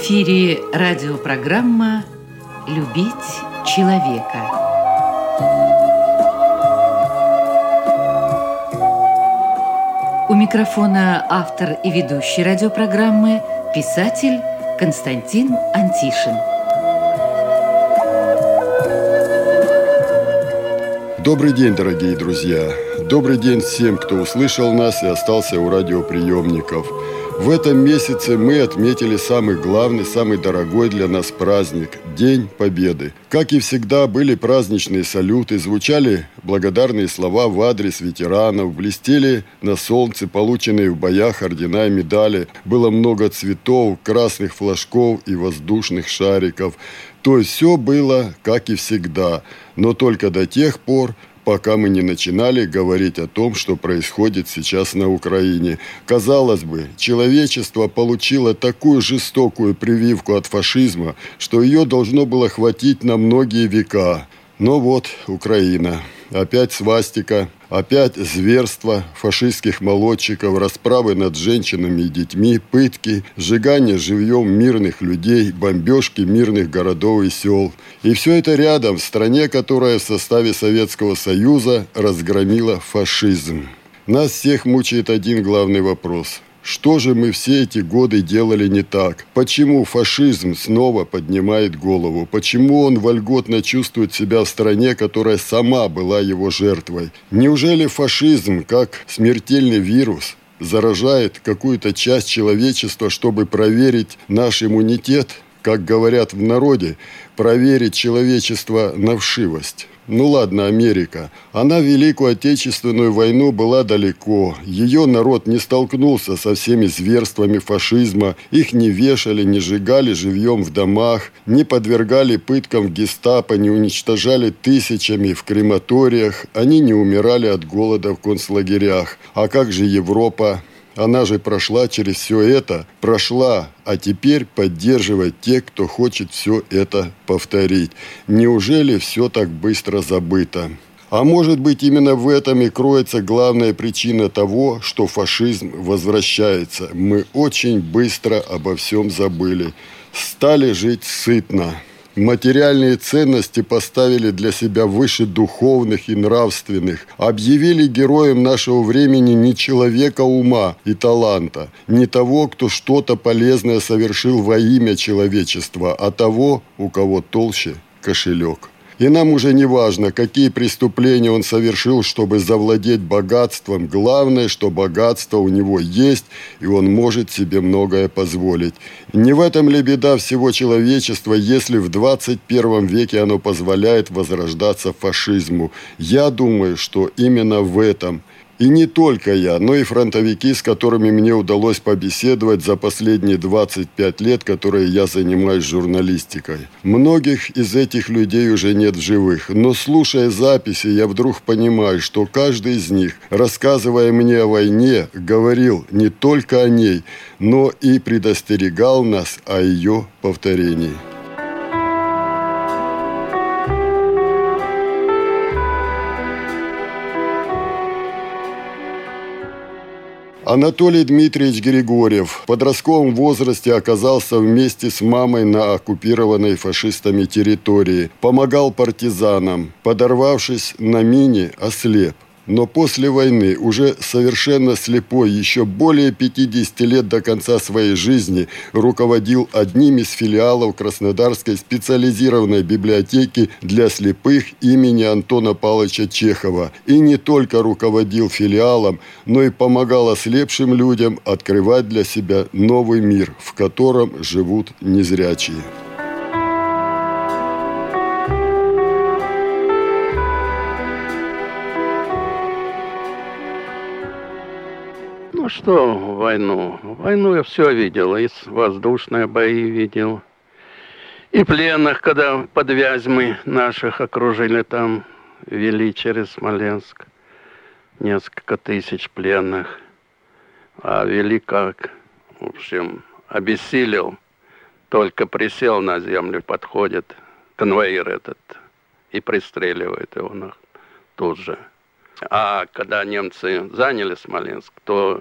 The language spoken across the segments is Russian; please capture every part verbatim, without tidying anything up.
эфире радиопрограмма «Любить человека». У микрофона автор и ведущий радиопрограммы, писатель Константин Антишин. Добрый день, дорогие друзья! Добрый день всем, кто услышал нас и остался у радиоприемников. В этом месяце мы отметили самый главный, самый дорогой для нас праздник – День Победы. Как и всегда, были праздничные салюты, звучали благодарные слова в адрес ветеранов, блестели на солнце полученные в боях ордена и медали. Было много цветов, красных флажков и воздушных шариков. То есть все было, как и всегда, но только до тех пор, пока мы не начинали говорить о том, что происходит сейчас на Украине. Казалось бы, человечество получило такую жестокую прививку от фашизма, что ее должно было хватить на многие века. Но вот Украина. Опять свастика, опять зверство фашистских молодчиков, расправы над женщинами и детьми, пытки, сжигание живьем мирных людей, бомбежки мирных городов и сел. И все это рядом, в стране, которая в составе Советского Союза разгромила фашизм. Нас всех мучает один главный вопрос. Что же мы все эти годы делали не так? Почему фашизм снова поднимает голову? Почему он вольготно чувствует себя в стране, которая сама была его жертвой? Неужели фашизм, как смертельный вирус, заражает какую-то часть человечества, чтобы проверить наш иммунитет? Как говорят в народе, проверить человечество на вшивость. Ну ладно, Америка. Она в Великую Отечественную войну была далеко. Ее народ не столкнулся со всеми зверствами фашизма. Их не вешали, не сжигали живьем в домах, не подвергали пыткам в гестапо, не уничтожали тысячами в крематориях. Они не умирали от голода в концлагерях. А как же Европа? Она же прошла через все это, прошла, а теперь поддерживает тех, кто хочет все это повторить. Неужели все так быстро забыто? А может быть, именно в этом и кроется главная причина того, что фашизм возвращается. Мы очень быстро обо всем забыли. Стали жить сытно. Материальные ценности поставили для себя выше духовных и нравственных. Объявили героем нашего времени не человека ума и таланта, не того, кто что-то полезное совершил во имя человечества, а того, у кого толще кошелек. И нам уже не важно, какие преступления он совершил, чтобы завладеть богатством. Главное, что богатство у него есть, и он может себе многое позволить. Не в этом ли беда всего человечества, если в двадцать первом веке оно позволяет возрождаться фашизму? Я думаю, что именно в этом. И не только я, но и фронтовики, с которыми мне удалось побеседовать за последние двадцать пять лет, которые я занимаюсь журналистикой. Многих из этих людей уже нет в живых, но слушая записи, я вдруг понимаю, что каждый из них, рассказывая мне о войне, говорил не только о ней, но и предостерегал нас о ее повторении. Анатолий Дмитриевич Григорьев в подростковом возрасте оказался вместе с мамой на оккупированной фашистами территории. Помогал партизанам. Подорвавшись на мине, ослеп. Но после войны, уже совершенно слепой, еще более пятидесяти лет до конца своей жизни, руководил одним из филиалов Краснодарской специализированной библиотеки для слепых имени Антона Павловича Чехова. И не только руководил филиалом, но и помогал ослепшим людям открывать для себя новый мир, в котором живут незрячие. Ну что, войну? Войну я все видел. И воздушные бои видел. И пленных, когда под Вязьмой наших окружили там, вели через Смоленск. Несколько тысяч пленных. А вели как? В общем, обессилел. Только присел на землю, подходит конвоир этот и пристреливает его тут же. А когда немцы заняли Смоленск, то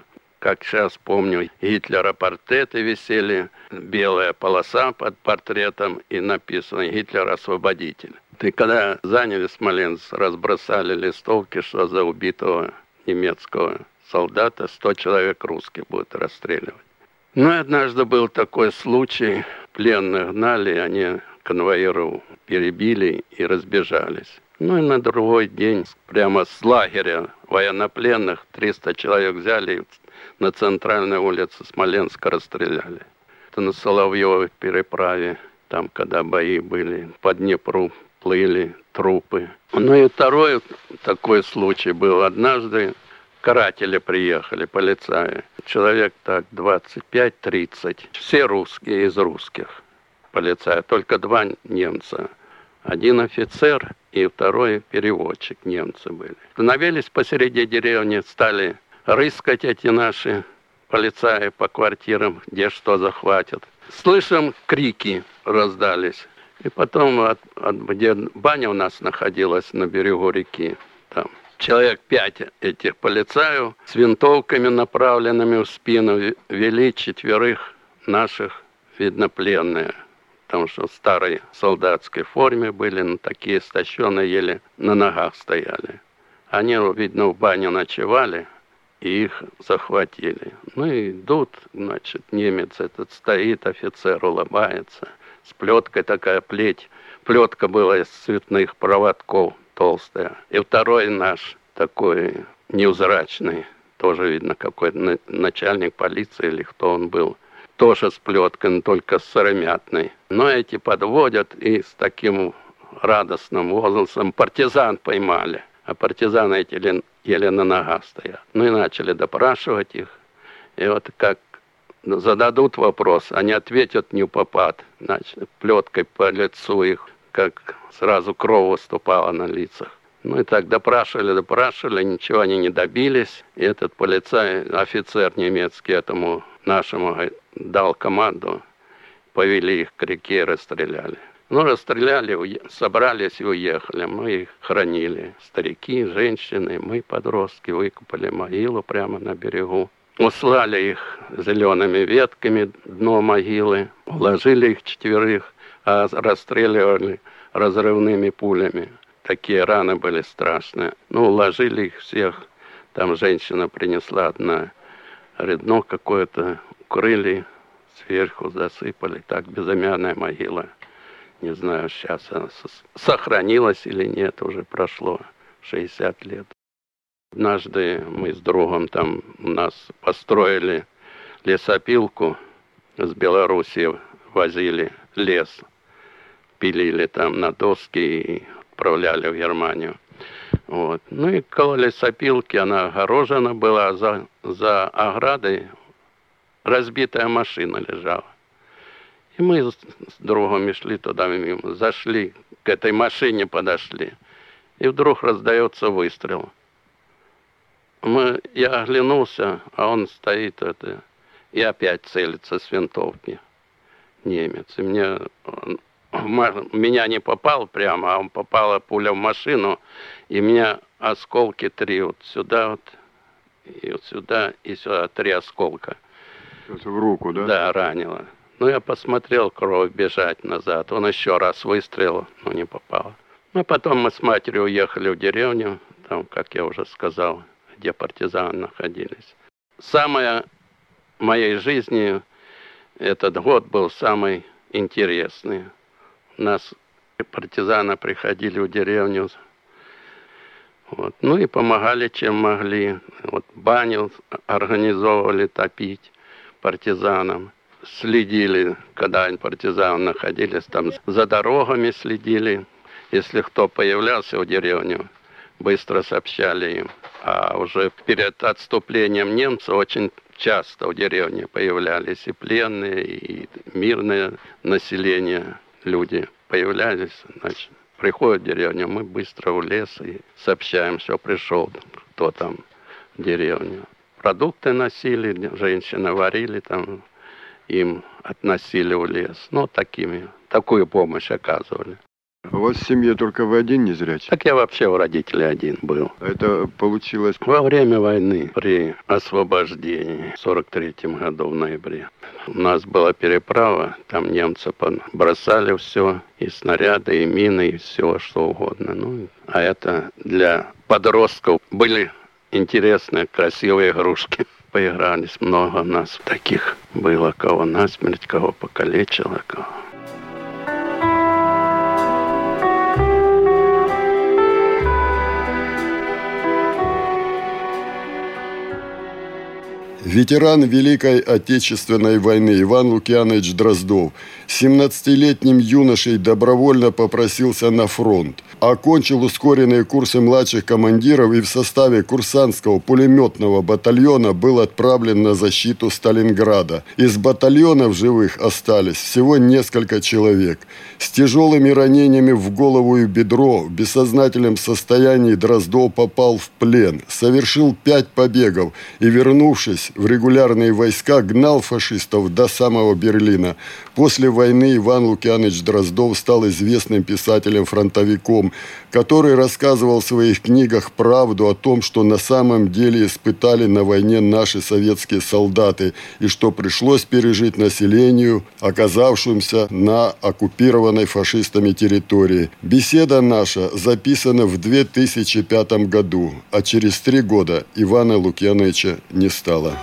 как сейчас помню, Гитлера портреты висели, белая полоса под портретом и написано «Гитлер освободитель». И когда заняли Смоленск, разбросали листовки, что за убитого немецкого солдата сто человек русских будут расстреливать. Ну и однажды был такой случай, пленных гнали, они конвоиров перебили и разбежались. Ну и на другой день прямо с лагеря военнопленных триста человек взяли и на центральной улице Смоленска расстреляли. Это на Соловьевой переправе, там, когда бои были, по Днепру плыли трупы. Ну и второй такой случай был. Однажды каратели приехали, полицаи. Человек так двадцать пять тридцать. Все русские из русских полицаи. Только два немца. Один офицер и второй переводчик, немцы были. Становились посреди деревни, стали рыскать эти наши полицаи по квартирам, где что захватят. Слышим, крики раздались. И потом, от, от, где баня у нас находилась на берегу реки, там человек пять этих полицаев с винтовками, направленными в спину, вели четверых наших, видно, пленные. Потому что в старой солдатской форме были, ну, такие истощенные, еле на ногах стояли. Они, видно, в бане ночевали, и их захватили. Ну и идут, значит, немец этот стоит, офицер улыбается. С плеткой такая плеть. Плетка была из цветных проводков толстая. И второй наш такой невзрачный, тоже, видно, какой-то начальник полиции или кто он был, тоже с плеткой, но только с сыромятной. Но эти подводят и с таким радостным возгласом партизан поймали. А партизаны эти еле, еле на ногах стоят. Ну и начали допрашивать их. И вот как зададут вопрос, они ответят не попад. Значит, плеткой по лицу их, как сразу кровь выступала на лицах. Ну и так допрашивали, допрашивали, ничего они не добились. И этот полицай, офицер немецкий этому нашему дал команду, повели их к реке и расстреляли. Ну, расстреляли, собрались и уехали. Мы их хоронили. Старики, женщины, мы, подростки, выкопали могилу прямо на берегу. Услали их зелеными ветками дно могилы, уложили их четверых, а расстреливали разрывными пулями. Такие раны были страшные. Ну, уложили их всех. Там женщина принесла одна редно какое-то, укрыли, сверху засыпали. Так, безымянная могила. Не знаю, сейчас она сохранилась или нет, уже прошло шестьдесят лет. Однажды мы с другом там у нас построили лесопилку, с Белоруссии возили лес, пилили там на доски и отправляли в Германию. Вот. Ну и около лесопилки, она огорожена была, за, за оградой разбитая машина лежала. И мы с другом шли туда, мимо, зашли, к этой машине подошли. И вдруг раздается выстрел. Мы, я оглянулся, а он стоит это, и опять целится с винтовки. Немец. И мне, он, меня не попал прямо, а он попала пуля в машину, и меня осколки три вот сюда вот, и вот сюда, и сюда три осколка. Это в руку, да? Да, ранило. Ну, я посмотрел, кровь бежать назад. Он еще раз выстрелил, но не попал. Ну, потом мы с матерью уехали в деревню, там, как я уже сказал, где партизаны находились. Самое в моей жизни этот год был самый интересный. У нас партизаны приходили в деревню, вот, ну и помогали, чем могли. Вот баню организовывали топить партизанам. Следили, когда партизаны находились там, за дорогами следили. Если кто появлялся в деревню, быстро сообщали им. А уже перед отступлением немцев очень часто в деревне появлялись и пленные, и мирное население, люди появлялись. Значит, приходят в деревню, мы быстро в лес и сообщаем, все, пришел, кто там в деревню. Продукты носили, женщины варили там, им относили в лес. Ну, такими, такую помощь оказывали. У вас в семье только вы один незрячий? Так я вообще у родителей один был. Это получилось... Во время войны, при освобождении в сорок третьем году в ноябре. У нас была переправа, там немцы бросали все, и снаряды, и мины, и все, что угодно. Ну, а это для подростков были интересные, красивые игрушки. Поигрались много у нас таких было, кого насмерть, кого покалечило, кого... Ветеран Великой Отечественной войны Иван Лукьянович Дроздов семнадцатилетним юношей добровольно попросился на фронт. Окончил ускоренные курсы младших командиров и в составе курсантского пулеметного батальона был отправлен на защиту Сталинграда. Из батальона в живых остались всего несколько человек. С тяжелыми ранениями в голову и бедро в бессознательном состоянии Дроздов попал в плен, совершил пять побегов и, вернувшись в регулярные войска, гнал фашистов до самого Берлина. После войны Иван Лукьянович Дроздов стал известным писателем-фронтовиком, который рассказывал в своих книгах правду о том, что на самом деле испытали на войне наши советские солдаты и что пришлось пережить населению, оказавшемуся на оккупированной фашистами территории. Беседа наша записана в две тысячи пятом году, а через три года Ивана Лукьяновича не стало.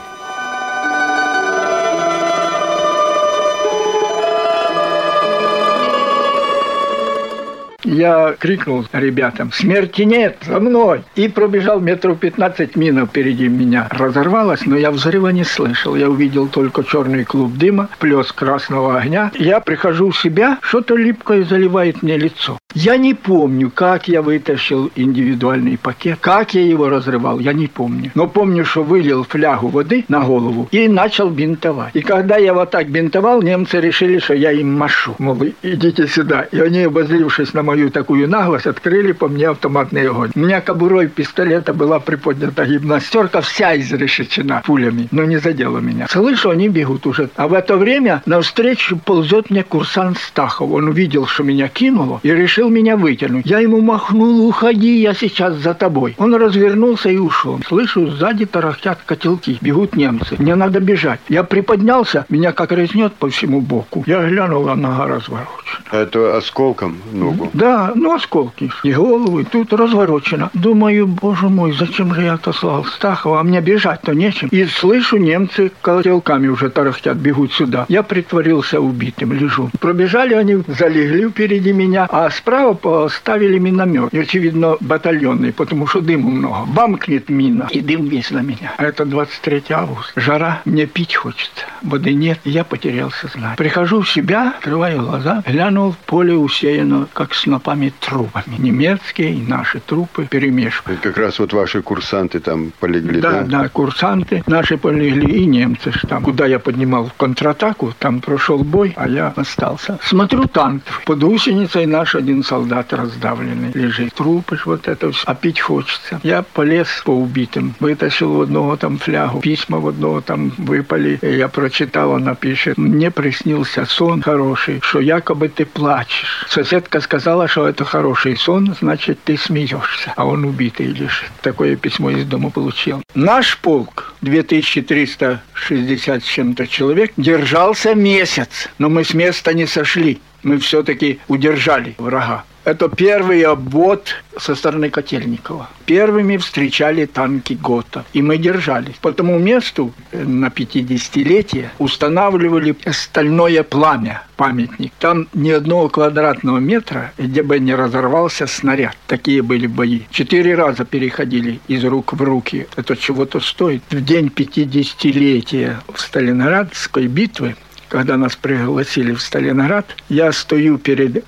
Я крикнул ребятам: «Смерти нет! За мной!» И пробежал метров пятнадцать, мина впереди меня разорвалась, но я взрыва не слышал. Я увидел только черный клуб дыма, плеск красного огня. Я прихожу в себя, что-то липкое заливает мне лицо. Я не помню, как я вытащил индивидуальный пакет, как я его разрывал, я не помню. Но помню, что вылил флягу воды на голову и начал бинтовать. И когда я вот так бинтовал, немцы решили, что я им машу. Мол, идите сюда. И они, обозлившись на мою такую наглость, открыли по мне автоматный огонь. У меня кобурой пистолета была приподнята гимнастерка, вся изрешечена пулями, но не задела меня. Слышу, они бегут уже. А в это время навстречу ползет мне курсант Стахов. Он увидел, что меня кинуло, и решил меня вытянуть. Я ему махнул: «Уходи, я сейчас за тобой». Он развернулся и ушел. Слышу, сзади тарахтят котелки. Бегут немцы. Мне надо бежать. Я приподнялся, меня как резнет по всему боку. Я глянул, а нога разворочена. Это осколком ногу? Да, ну осколки. И голову, и тут разворочено. Думаю, боже мой, зачем же я отослал Стахова? А мне бежать-то нечем. И слышу, немцы котелками уже тарахтят, бегут сюда. Я притворился убитым, лежу. Пробежали они, залегли впереди меня, а справа поставили миномет. И, очевидно, батальонный, потому что дыму много. Бамкнет мина, и дым весь на меня. А это двадцать третьего августа. Жара, мне пить хочется. Воды нет, я потерял сознание. Прихожу в себя, открываю глаза, глянул, поле усеяно, как снопами трупами. Немецкие и наши трупы перемешивают. Как раз вот ваши курсанты там полегли, да? Да, да, курсанты наши полегли, и немцы там. Куда я поднимал контратаку, там прошел бой, а я остался. Смотрю, танк. Под гусеницей наш один солдат раздавленный лежит. Трупы ж вот это все. А пить хочется. Я полез по убитым. Вытащил в одного там флягу. Письма в одного там выпали. И я прочитал, она пишет: «Мне приснился сон хороший, что якобы ты плачешь». Соседка сказала, что это хороший сон, значит, ты смеешься. А он убитый лежит. Такое письмо из дома получил. Наш полк, две тысячи триста шестьдесят с чем-то человек, держался месяц. Но мы с места не сошли. Мы все-таки удержали врага. Это первый обвод со стороны Котельникова. Первыми встречали танки ГОТА. И мы держались. По тому месту на пятидесятилетие устанавливали стальное пламя, памятник. Там ни одного квадратного метра, где бы не разорвался снаряд. Такие были бои. Четыре раза переходили из рук в руки. Это чего-то стоит. В день пятидесятилетия Сталинградской битвы, когда нас пригласили в Сталинград, я стою перед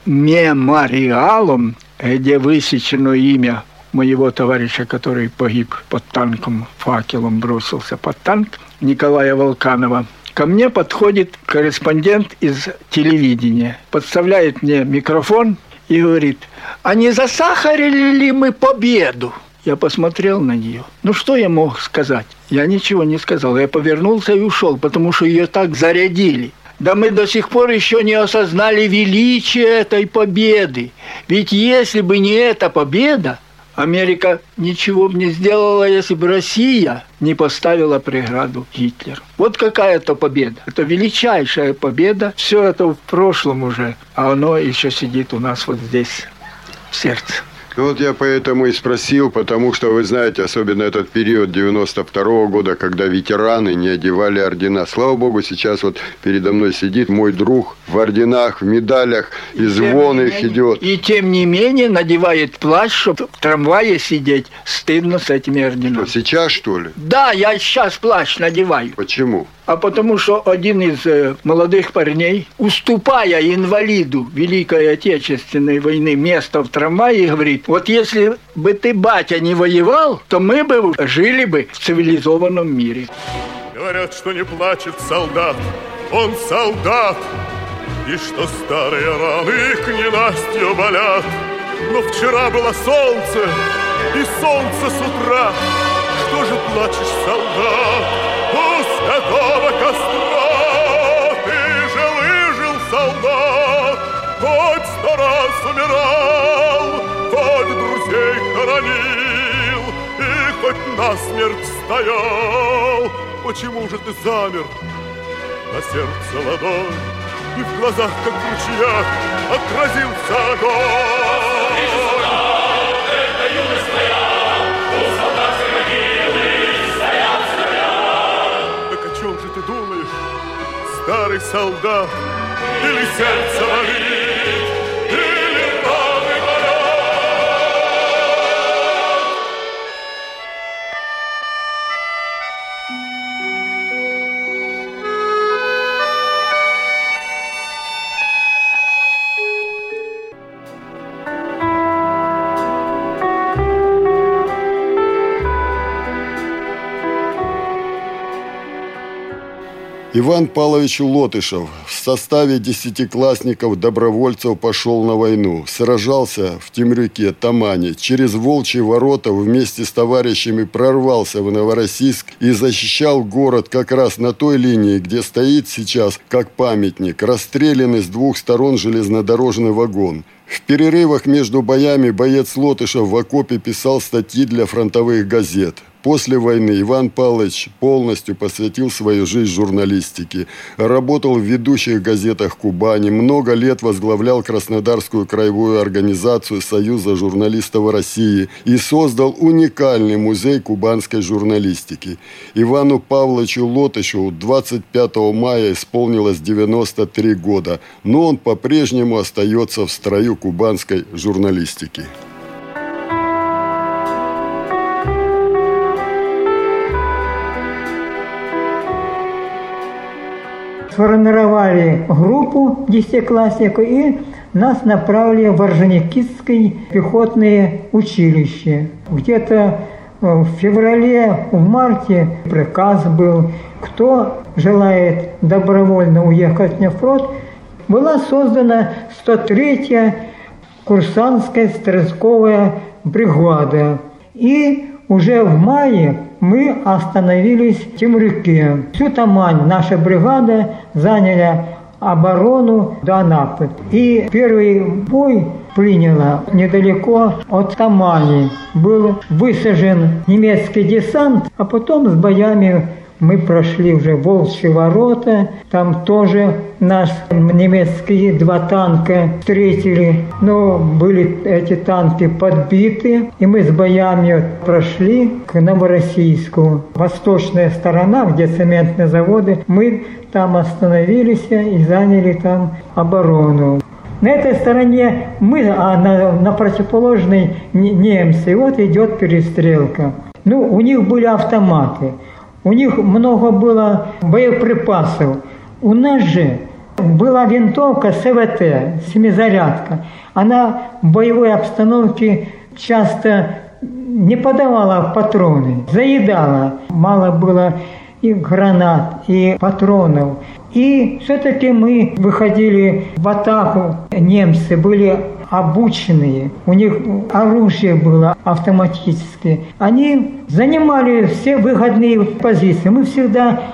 мемориалом, где высечено имя моего товарища, который погиб под танком, факелом бросился под танк, Николая Волканова. Ко мне подходит корреспондент из телевидения, подставляет мне микрофон и говорит: «А не засахарили ли мы победу?» Я посмотрел на нее. Ну, что я мог сказать? Я ничего не сказал. Я повернулся и ушел, потому что ее так зарядили. Да мы до сих пор еще не осознали величие этой победы. Ведь если бы не эта победа, Америка ничего бы не сделала, если бы Россия не поставила преграду Гитлеру. Вот какая это победа. Это величайшая победа. Все это в прошлом уже, а оно еще сидит у нас вот здесь, в сердце. Ну вот я поэтому и спросил, потому что, вы знаете, особенно этот период девяносто второго года, когда ветераны не одевали ордена. Слава Богу, сейчас вот передо мной сидит мой друг в орденах, в медалях, и, и звон их менее, идет. И тем не менее надевает плащ, чтобы в трамвае сидеть стыдно с этими орденами. Что, сейчас, что ли? Да, я сейчас плащ надеваю. Почему? А потому что один из э, молодых парней, уступая инвалиду Великой Отечественной войны место в трамвае, говорит: вот если бы ты, батя, не воевал, то мы бы жили бы в цивилизованном мире. Говорят, что не плачет солдат, он солдат, и что старые раны к ненастью болят. Но вчера было солнце, и солнце с утра. Что же плачешь, солдат, у святого костра? Ты же выжил, солдат, хоть сто раз умирал, хоть друзей хоронил и хоть насмерть стоял. Почему же ты замер? На сердце ладонь, и в глазах, как в ручьях, отразился огонь. Ты думаешь, старый солдат, или сердце болит, или раны болят? Иван Павлович Лотышев в составе десятиклассников-добровольцев пошел на войну. Сражался в Темрюке, Тамане. Через Волчьи ворота вместе с товарищами прорвался в Новороссийск и защищал город как раз на той линии, где стоит сейчас, как памятник, расстрелянный с двух сторон железнодорожный вагон. В перерывах между боями боец Лотышев в окопе писал статьи для фронтовых газет. После войны Иван Павлович полностью посвятил свою жизнь журналистике. Работал в ведущих газетах Кубани, много лет возглавлял Краснодарскую краевую организацию Союза журналистов России и создал уникальный музей кубанской журналистики. Ивану Павловичу Лотышеву двадцать пятого мая исполнилось девяносто три года, но он по-прежнему остается в строю кубанской журналистики. Сформировали группу десятиклассников и нас направили в Орджоникидское пехотное училище. Где-то в феврале, в марте приказ был, кто желает добровольно уехать на фронт. Была создана сто третья курсантская стрелковая бригада. И уже в мае мы остановились в Темрюке. Всю Тамань наша бригада заняла оборону до Анапы. И первый бой приняла недалеко от Тамани. Был высажен немецкий десант, а потом с боями мы прошли уже Волчьи ворота. Там тоже нас немецкие два танка встретили. Но были эти танки подбиты. И мы с боями прошли к Новороссийску. Восточная сторона, где цементные заводы, мы там остановились и заняли там оборону. На этой стороне мы, а на, на противоположной немцы. И вот идет перестрелка. Ну, у них были автоматы. У них много было боеприпасов. У нас же была винтовка СВТ, семизарядка. Она в боевой обстановке часто не подавала патроны, заедала. Мало было и гранат, и патронов. И все-таки мы выходили в атаку. Немцы были обученные, у них оружие было автоматическое. Они занимали все выгодные позиции. Мы всегда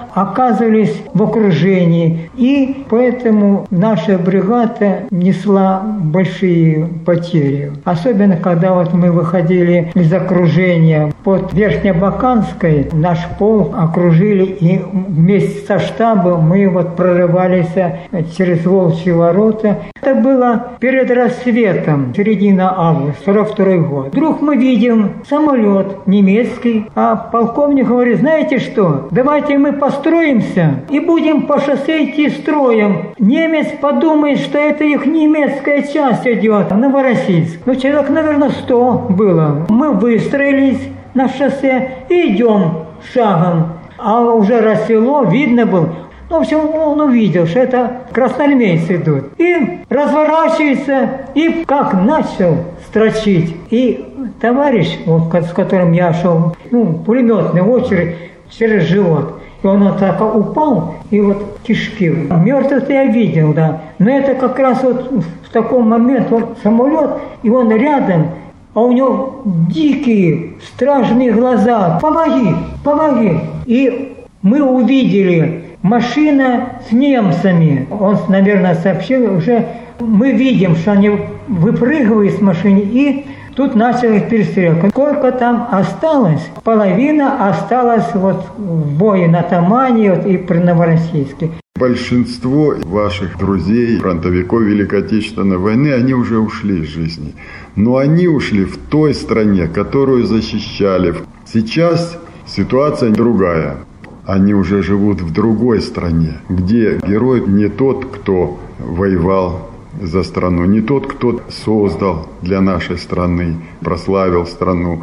оказывались в окружении. И поэтому наша бригада несла большие потери. Особенно, когда вот мы выходили из окружения под Верхнебаканской, наш полк окружили, и вместе со штабом мы вот прорывались через Волчьи ворота. Это было перед рассветом, середина августа, сорок второй год. Вдруг мы видим самолет немецкий, а полковник говорит: знаете что, давайте мы построимся и будем по шоссе идти строем. Немец подумает, что это их немецкая часть идет, Новороссийск. Ну, человек, наверное, сто было. Мы выстроились на шоссе и идем шагом. А уже рассвело, видно было. Ну, в общем, он увидел, что это красноармейцы идут. И разворачивается, и как начал строчить. И товарищ, вот, с которым я шел, ну, пулеметная очередь через живот. И он вот так упал, и вот кишки. Мертвых я видел, да. Но это как раз вот в таком моменте, вот самолет, и он рядом, а у него дикие, страшные глаза. Помоги, помоги. И мы увидели машина с немцами. Он, наверное, сообщил уже. Мы видим, что они выпрыгивают с машины, и тут началась перестрелка. Сколько там осталось? Половина осталась вот в бою на Тамане вот, и при Новороссийске. Большинство ваших друзей, фронтовиков Великой Отечественной войны, они уже ушли из жизни. Но они ушли в той стране, которую защищали. Сейчас ситуация другая. Они уже живут в другой стране, где герой не тот, кто воевал за страну, не тот, кто создал для нашей страны, прославил страну,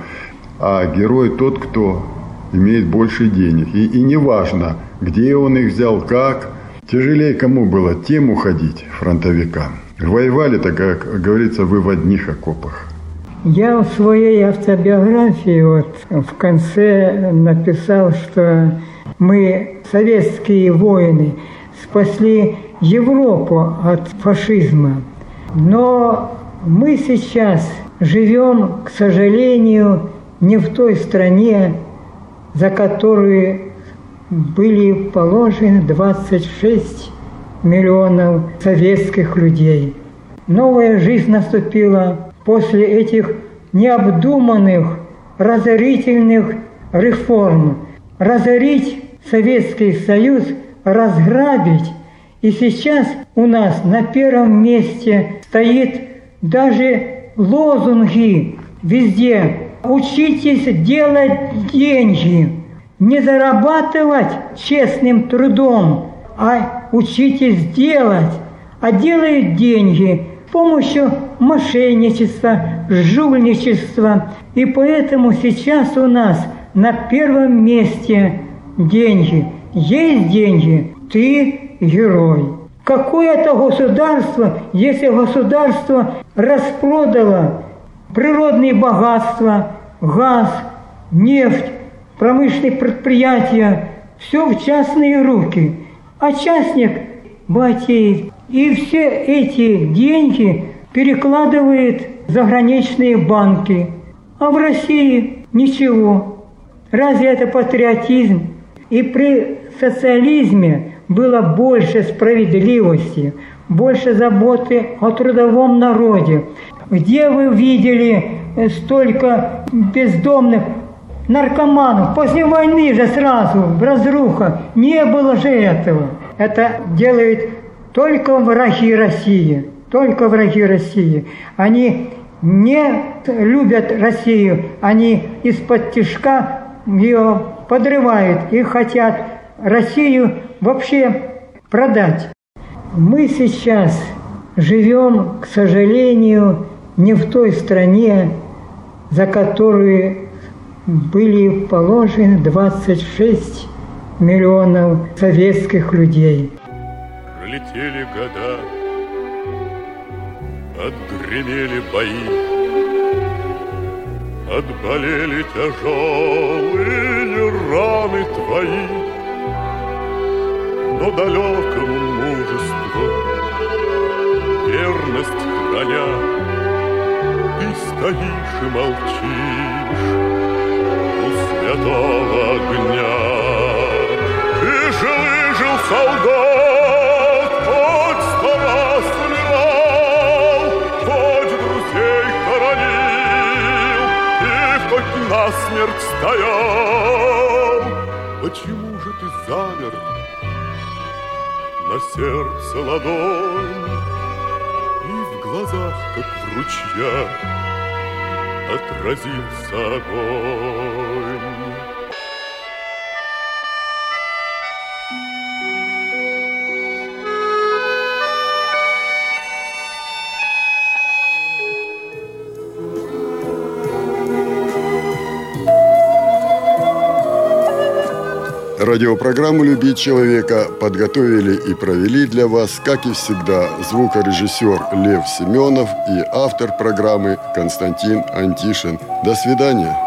а герой тот, кто имеет больше денег. И, и не важно, где он их взял, как. Тяжелее кому было, тем уходить, фронтовикам. Воевали, так как говорится, вы в одних окопах. Я в своей автобиографии вот в конце написал, что мы, советские воины, спасли Европу от фашизма. Но мы сейчас живем, к сожалению, не в той стране, за которую были положены двадцать шесть миллионов советских людей. Новая жизнь наступила после этих необдуманных, разорительных реформ. Разорить Советский Союз, разграбить. И сейчас у нас на первом месте стоит даже лозунги везде. Учитесь делать деньги. Не зарабатывать честным трудом, а учитесь делать. А делают деньги с помощью мошенничества, жульничества. И поэтому сейчас у нас на первом месте деньги. Есть деньги, ты герой. Какое это государство, если государство распродало природные богатства, газ, нефть, промышленные предприятия, все в частные руки. А частник богатеет. И все эти деньги перекладывает в заграничные банки. А в России ничего. Разве это патриотизм? И при социализме было больше справедливости, больше заботы о трудовом народе. Где вы видели столько бездомных наркоманов? После войны же сразу, разруха. Не было же этого. Это делают только враги России. Только враги России. Они не любят Россию. Они из-под тишка ее подрывают и хотят Россию вообще продать. Мы сейчас живем, к сожалению, не в той стране, за которую были положены двадцать шесть миллионов советских людей. Пролетели года, отгремели бои, отболели тяжелые раны твои, но далекому мужеству верность храня, ты стоишь и молчишь у святого огня. И жил-жил солдат, хоть сто раз умирал, хоть друзей хоронил и хоть насмерть стоял. Почему же ты замер? На сердце ладонь, и в глазах, как в ручьях, отразился огонь. Радиопрограмму «Любить человека» подготовили и провели для вас, как и всегда, звукорежиссер Лев Семенов и автор программы Константин Антишин. До свидания.